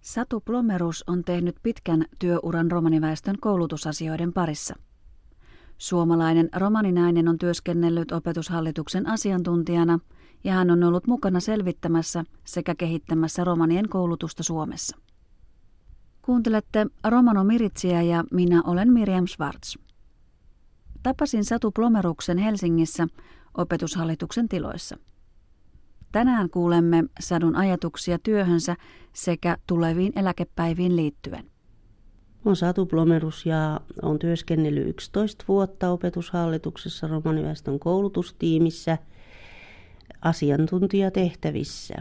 Satu Plomerus on tehnyt pitkän työuran romaniväestön koulutusasioiden parissa. Suomalainen romaninainen on työskennellyt opetushallituksen asiantuntijana ja hän on ollut mukana selvittämässä sekä kehittämässä romanien koulutusta Suomessa. Kuuntelette Romano Miritsiä ja minä olen Miriam Schwartz. Tapasin Satu Plomeruksen Helsingissä opetushallituksen tiloissa. Tänään kuulemme Sadun ajatuksia työhönsä sekä tuleviin eläkepäiviin liittyen. Olen Satu Plomerus ja olen työskennellyt 11 vuotta opetushallituksessa romaniväestön koulutustiimissä asiantuntijatehtävissä.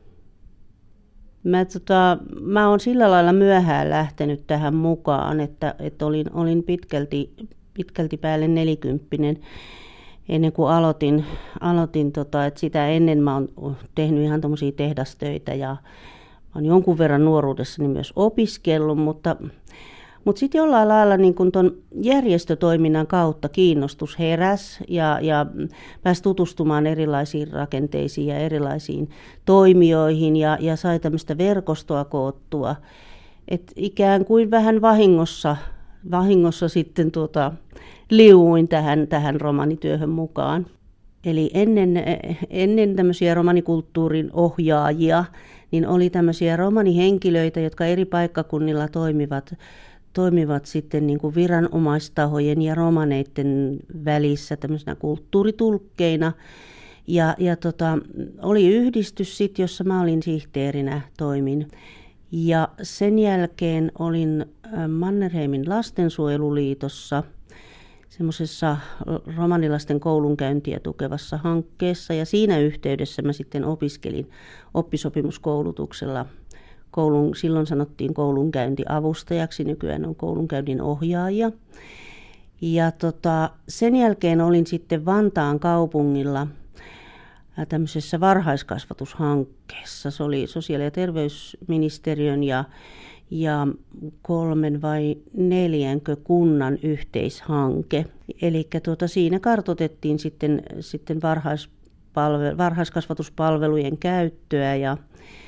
Mä olen sillä lailla myöhään lähtenyt tähän mukaan, että olin pitkälti päälle 40 ennen kuin aloitin että sitä ennen mä oon tehnyt ihan tommosia tehdastöitä ja olen jonkun verran nuoruudessani myös opiskellut, mutta sitten jollain lailla niin kun ton järjestötoiminnan kautta kiinnostus heräsi ja pääsi tutustumaan erilaisiin rakenteisiin ja erilaisiin toimijoihin ja sai tämmöistä verkostoa koottua. Et ikään kuin vähän vahingossa sitten liuuin tähän romanityöhön mukaan. Eli ennen tämmöisiä romanikulttuurin ohjaajia, niin oli tämmöisiä romanihenkilöitä, jotka eri paikkakunnilla toimivat sitten niin kuin viranomaistahojen ja romaneiden välissä tämmöisenä kulttuuritulkkeina. Ja oli yhdistys sitten, jossa mä olin sihteerinä, toimin. Ja sen jälkeen olin Mannerheimin lastensuojeluliitossa semmoisessa romanilasten koulunkäyntiä tukevassa hankkeessa. Ja siinä yhteydessä mä sitten opiskelin oppisopimuskoulutuksella. Silloin sanottiin koulunkäyntiavustajaksi, nykyään on koulunkäynnin ohjaaja. Ja sen jälkeen olin sitten Vantaan kaupungilla tämmöisessä varhaiskasvatushankkeessa. Se oli sosiaali- ja terveysministeriön ja 3 vai 4 kunnan yhteishanke. Eli siinä kartoitettiin sitten varhaiskasvatuspalvelujen käyttöä ja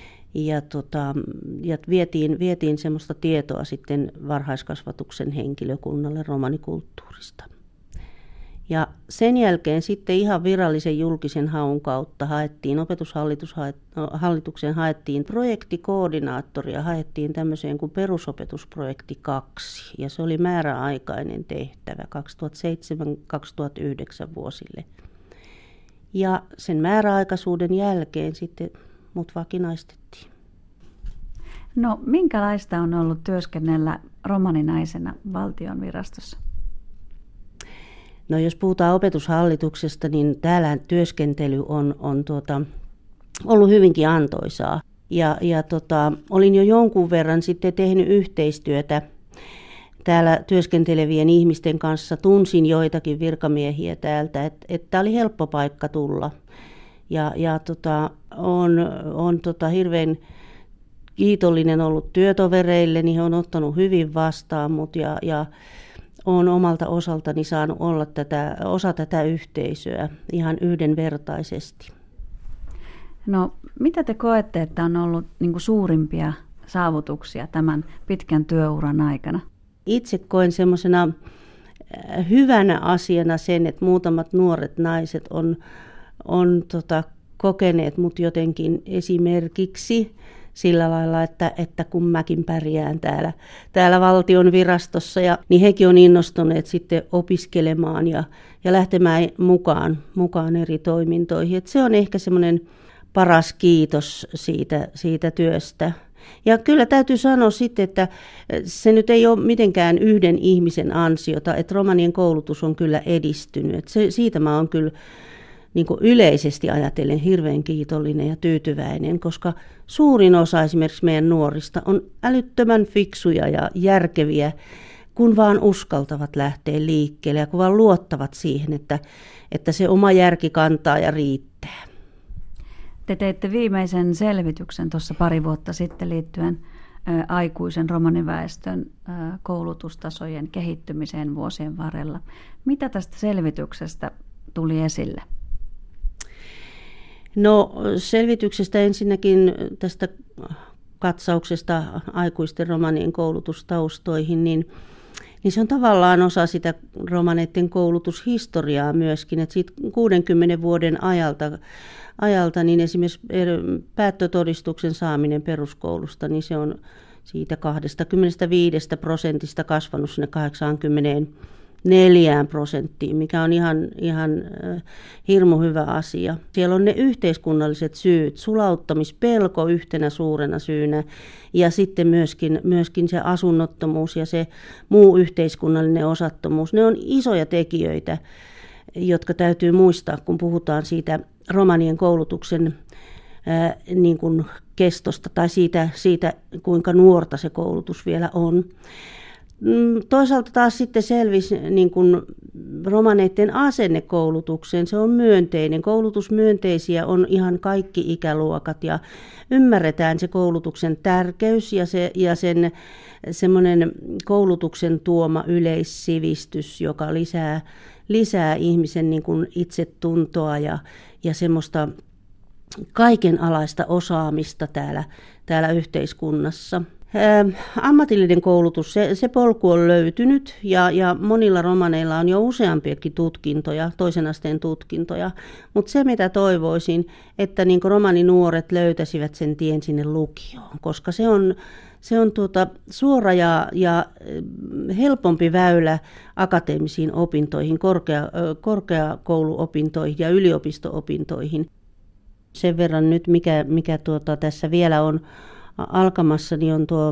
vietiin semmoista tietoa sitten varhaiskasvatuksen henkilökunnalle romanikulttuurista. Ja sen jälkeen sitten ihan virallisen julkisen haun kautta opetushallitukseen haettiin projektikoordinaattoria, haettiin tämmöiseen kuin perusopetusprojekti 2. Ja se oli määräaikainen tehtävä 2007-2009 vuosille. Ja sen määräaikaisuuden jälkeen sitten mut vakinaistettiin. No, minkälaista on ollut työskennellä romaninaisena valtion virastossa? No, jos puhutaan opetushallituksesta, niin täällä työskentely on ollut hyvinkin antoisaa. Ja olin jo jonkun verran sitten tehnyt yhteistyötä täällä työskentelevien ihmisten kanssa. Tunsin joitakin virkamiehiä täältä, että oli helppo paikka tulla. On hirveän kiitollinen ollut työtovereille, niin he on ottanut hyvin vastaan mut ja olen omalta osaltani saanut olla osa tätä yhteisöä ihan yhdenvertaisesti. No, mitä te koette, että on ollut niin kuin suurimpia saavutuksia tämän pitkän työuran aikana? Itse koen semmoisena hyvänä asiana sen, että muutamat nuoret naiset on kokeneet mut jotenkin esimerkiksi sillä lailla, että kun mäkin pärjään täällä valtion virastossa, niin hekin on innostuneet sitten opiskelemaan ja lähtemään mukaan eri toimintoihin. Et se on ehkä semmoinen paras kiitos siitä työstä. Ja kyllä täytyy sanoa sitten, että se nyt ei ole mitenkään yhden ihmisen ansiota, että romanien koulutus on kyllä edistynyt. Siitä mä oon kyllä niin kuin yleisesti ajatellen hirveän kiitollinen ja tyytyväinen, koska suurin osa esimerkiksi meidän nuorista on älyttömän fiksuja ja järkeviä, kun vaan uskaltavat lähteä liikkeelle ja kun vaan luottavat siihen, että se oma järki kantaa ja riittää. Te teitte viimeisen selvityksen tuossa pari vuotta sitten liittyen aikuisen romaniväestön koulutustasojen kehittymiseen vuosien varrella. Mitä tästä selvityksestä tuli esille? No, selvityksestä ensinnäkin tästä katsauksesta aikuisten romanien koulutustaustoihin, niin se on tavallaan osa sitä romaneiden koulutushistoriaa myöskin, että siitä 60 vuoden ajalta niin esimerkiksi päättötodistuksen saaminen peruskoulusta, niin se on siitä 25% kasvanut sinne 84%, mikä on ihan hirmu hyvä asia. Siellä on ne yhteiskunnalliset syyt, sulauttamispelko yhtenä suurena syynä ja sitten myöskin se asunnottomuus ja se muu yhteiskunnallinen osattomuus. Ne on isoja tekijöitä, jotka täytyy muistaa, kun puhutaan siitä romanien koulutuksen niin kuin kestosta tai siitä, kuinka nuorta se koulutus vielä on. Toisaalta taas sitten selvisi niin kuin romaneiden asenne koulutukseen, se on myönteinen. Koulutusmyönteisiä on ihan kaikki ikäluokat ja ymmärretään se koulutuksen tärkeys ja sen semmoinen koulutuksen tuoma yleissivistys, joka lisää ihmisen niin kuin itsetuntoa ja semmoista kaikenalaista osaamista täällä yhteiskunnassa. Ammatillinen koulutus, se polku on löytynyt ja monilla romaneilla on jo useampiakin tutkintoja, toisen asteen tutkintoja, mutta se mitä toivoisin, että niin romaninuoret löytäisivät sen tien sinne lukioon, koska se on suora ja helpompi väylä akateemisiin opintoihin, korkeakouluopintoihin ja yliopisto-opintoihin. Sen verran nyt, mikä tässä vielä on alkamassa, niin on tuo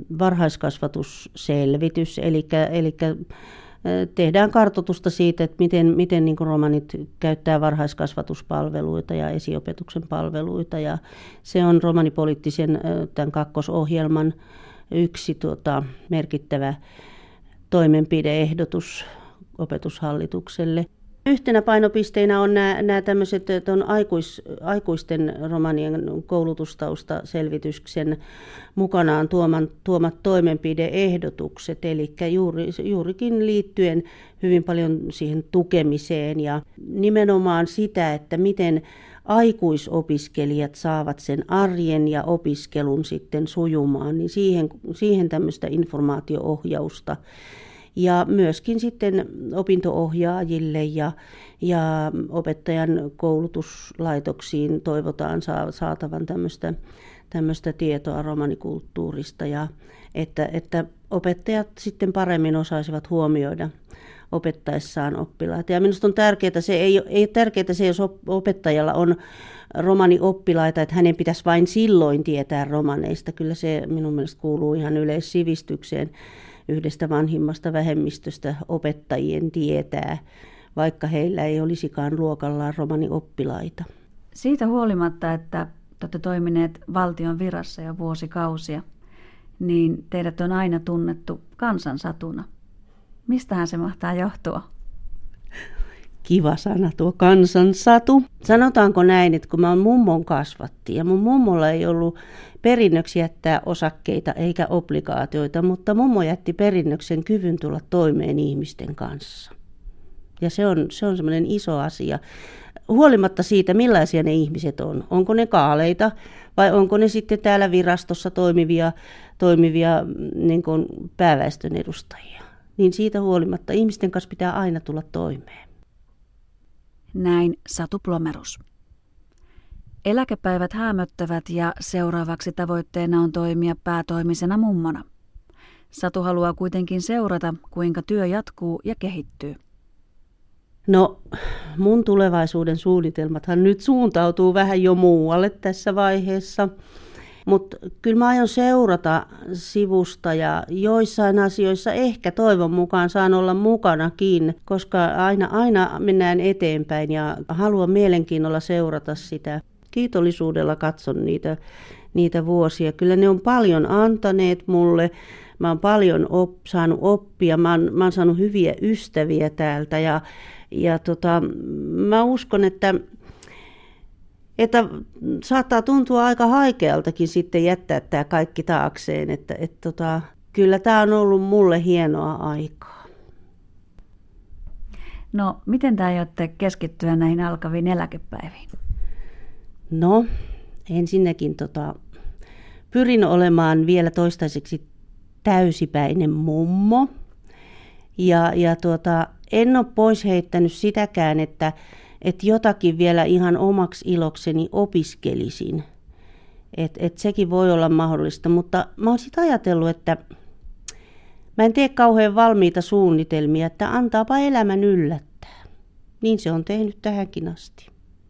varhaiskasvatusselvitys, eli tehdään kartoitusta siitä, että miten niin kuin romanit käyttää varhaiskasvatuspalveluita ja esiopetuksen palveluita. Ja se on romanipoliittisen tämän kakkosohjelman yksi merkittävä toimenpide-ehdotus Opetushallitukselle. Yhtenä painopisteinä on nämä tämmöiset aikuisten romanien koulutustaustaselvityksen mukanaan tuomat toimenpide-ehdotukset, eli juurikin liittyen hyvin paljon siihen tukemiseen ja nimenomaan sitä, että miten aikuisopiskelijat saavat sen arjen ja opiskelun sitten sujumaan, niin siihen tämmöistä informaatio-ohjausta. Ja myöskin sitten opinto-ohjaajille ja opettajan koulutuslaitoksiin toivotaan saatavan tämmöistä tietoa romanikulttuurista ja että opettajat sitten paremmin osaisivat huomioida opettaessaan oppilaita. Ja minusta on tärkeää se, jos opettajalla on romanioppilaita, että hänen pitäisi vain silloin tietää romaneista. Kyllä se minun mielestä kuuluu ihan yleissivistykseen. Yhdestä vanhimmasta vähemmistöstä opettajien tietää, vaikka heillä ei olisikaan luokallaan romanioppilaita. Siitä huolimatta, että olette toimineet valtion virassa jo vuosikausia, niin teidät on aina tunnettu kansansatuna. Mistähän se mahtaa johtua? Kiva sana tuo kansansatu. Sanotaanko näin, että kun mä mummon kasvatti ja mun mummolla ei ollut perinnöksi jättää osakkeita eikä obligaatioita, mutta mummo jätti perinnöksen kyvyn tulla toimeen ihmisten kanssa. Ja se on semmoinen iso asia. Huolimatta siitä, millaisia ne ihmiset on. Onko ne kaaleita vai onko ne sitten täällä virastossa toimivia niin kuin pääväestön edustajia. Niin siitä huolimatta ihmisten kanssa pitää aina tulla toimeen. Näin Satu Plomerus. Eläkepäivät häämöttävät ja seuraavaksi tavoitteena on toimia päätoimisena mummona. Satu haluaa kuitenkin seurata, kuinka työ jatkuu ja kehittyy. No, mun tulevaisuuden suunnitelmathan nyt suuntautuu vähän jo muualle tässä vaiheessa. Mutta kyllä mä aion seurata sivusta ja joissain asioissa ehkä toivon mukaan saan olla mukanakin, koska aina mennään eteenpäin ja haluan mielenkiinnolla seurata sitä. Kiitollisuudella katson niitä vuosia. Kyllä ne on paljon antaneet mulle. Mä oon paljon saanut oppia. Mä oon saanut hyviä ystäviä täältä ja mä uskon, että saattaa tuntua aika haikealtakin sitten jättää tämä kaikki taakseen, että kyllä tämä on ollut mulle hienoa aikaa. No, miten te aiotte keskittyä näihin alkaviin eläkepäiviin? No, ensinnäkin pyrin olemaan vielä toistaiseksi täysipäinen mummo. Ja en ole pois heittänyt sitäkään, että jotakin vielä ihan omaksi ilokseni opiskelisin. Et sekin voi olla mahdollista, mutta mä oon sitten ajatellut, että mä en tee kauhean valmiita suunnitelmia, että antaapa elämän yllättää. Niin se on tehnyt tähänkin asti.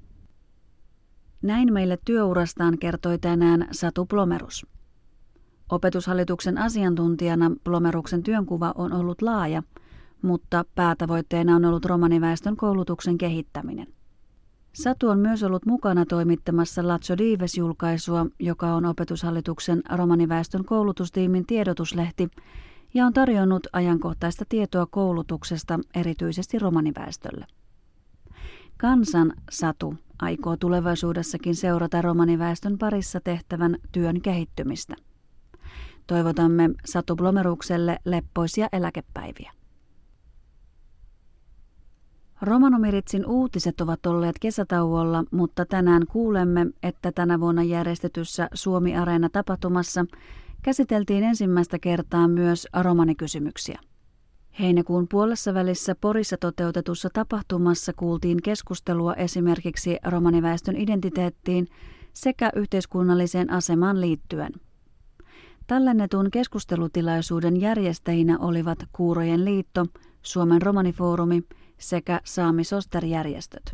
Näin meille työurastaan kertoi tänään Satu Plomerus. Opetushallituksen asiantuntijana Plomeruksen työnkuva on ollut laaja, mutta päätavoitteena on ollut romaniväestön koulutuksen kehittäminen. Satu on myös ollut mukana toimittamassa Lazzo Dives-julkaisua, joka on Opetushallituksen romaniväestön koulutustiimin tiedotuslehti ja on tarjonnut ajankohtaista tietoa koulutuksesta erityisesti romaniväestölle. Kansan Satu aikoo tulevaisuudessakin seurata romaniväestön parissa tehtävän työn kehittymistä. Toivotamme Satu Plomerukselle leppoisia eläkepäiviä. Romanomiritsin uutiset ovat olleet kesätauolla, mutta tänään kuulemme, että tänä vuonna järjestetyssä Suomi-areena-tapahtumassa käsiteltiin ensimmäistä kertaa myös romanikysymyksiä. Heinäkuun puolessavälissä Porissa toteutetussa tapahtumassa kuultiin keskustelua esimerkiksi romaniväestön identiteettiin sekä yhteiskunnalliseen asemaan liittyen. Tallennetun keskustelutilaisuuden järjestäjinä olivat Kuurojen liitto, Suomen romanifoorumi sekä Saami-Soster-järjestöt.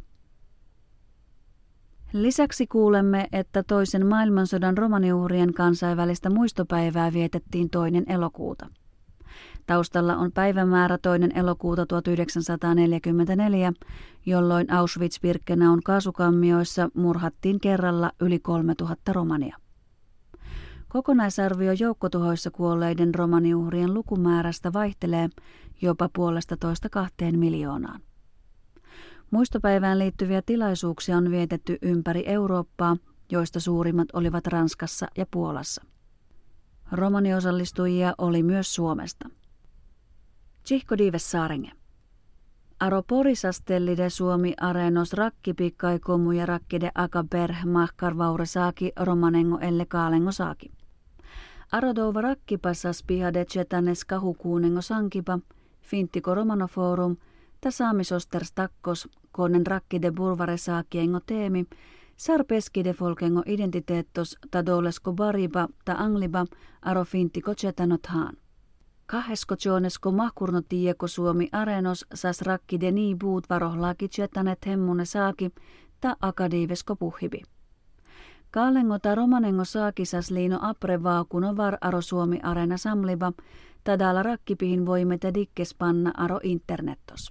Lisäksi kuulemme, että toisen maailmansodan romaniuhrien kansainvälistä muistopäivää vietettiin 2. elokuuta. Taustalla on päivämäärä 2. elokuuta 1944, jolloin Auschwitz-Birkenaun kaasukammioissa murhattiin kerralla yli 3000 romania. Kokonaisarvio joukkotuhoissa kuolleiden romaniuhrien lukumäärästä vaihtelee jopa 1,5–2 miljoonaan. Muistopäivään liittyviä tilaisuuksia on vietetty ympäri Eurooppaa, joista suurimmat olivat Ranskassa ja Puolassa. Romaniosallistujia oli myös Suomesta. Tsihko Dives Saarenge. Aro Porisastellide Suomi areenos rakkipikkaikomu ja rakkide akaper mahkar vaure saaki romanengo elle kaalengo saaki. Aro douva rakkipasas pihade chetanes kahukuunengo sankipa, finttiko romanoforum, ta Saami-Soster stakkos, konen rakkide burvare saakiengo teemi, sar peskide folkengo identiteettos ta doulesko bariba ta angliba, aro finttiko chetanot haan. Kahdesko tjoonesko mahkurno tieko Suomi areenos sas rakkide nii buut varohlaaki chetanet hemmune saaki, ta akadiivesko puhibi. Kaalengo ta romanengo saaki sas liino apre vaakuno var aro Suomi areena samliba, ta daala rakkipihin voimete dikkespanna aro internettos.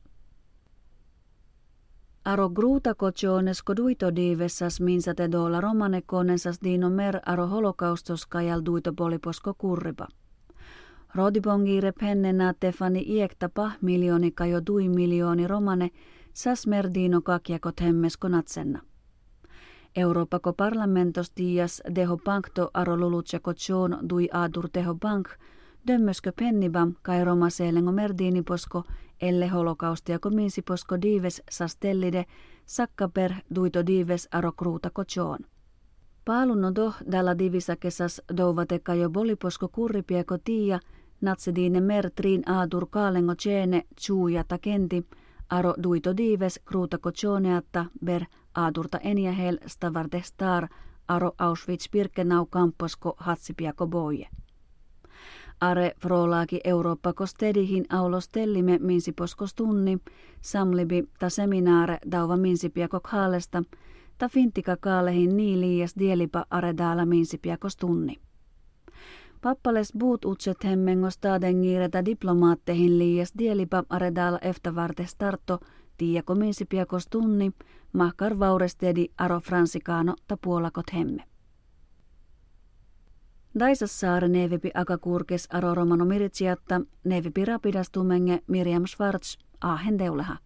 Aro gruutako tjoonesko duito diivessas minsate doola romane konensas diino mer aro holokaustos kajal duito poliposko kurriba. Rodibongire pennena tefani iekta miljooni kajo dui miljooni romane sas mer diino kakjakot hemmesko natsenna. Euroopako parlamentos tiias deho bankto aro lulutseko tjoon dui aadur teho bank, dömmöskö pennibam kai romaseelengo merdiiniposko, elle holokaustiako minsiposko diives sastellide, sakkaper duito diives aro kruutako tjoon. Paalunno doh dalla divisakesas douvate jo boliposko kurripieko tiia, natsediine mer triin aadur kaalengo tjeene tjuuja takenti, aro duito diives kruutako tjooneatta ber aadurta eniähel stavarte star aro Auschwitz-Birkenau kamposko hatsipiako boje. Are frolaaki Eurooppako stedihin aulostellime minsiposkos tunni, samlibi ta seminaare dauva minsipiako kaalesta, ta fintika kaalehin nii liias dielipa are daala minsipiakos tunni. Pappales buut utset hemmengo stadengiireta diplomaattehin liias dielipa are daala eftavarte starto, tiiako minsipiakos tunni, mahkar vaurestedi aro fransikaano ta puolakot hemme. Daisassaare neevipi akakurkes aro romano miritsiatta, neevipi rapidastumenge Miriam Schwartz, Aachen Deuleha.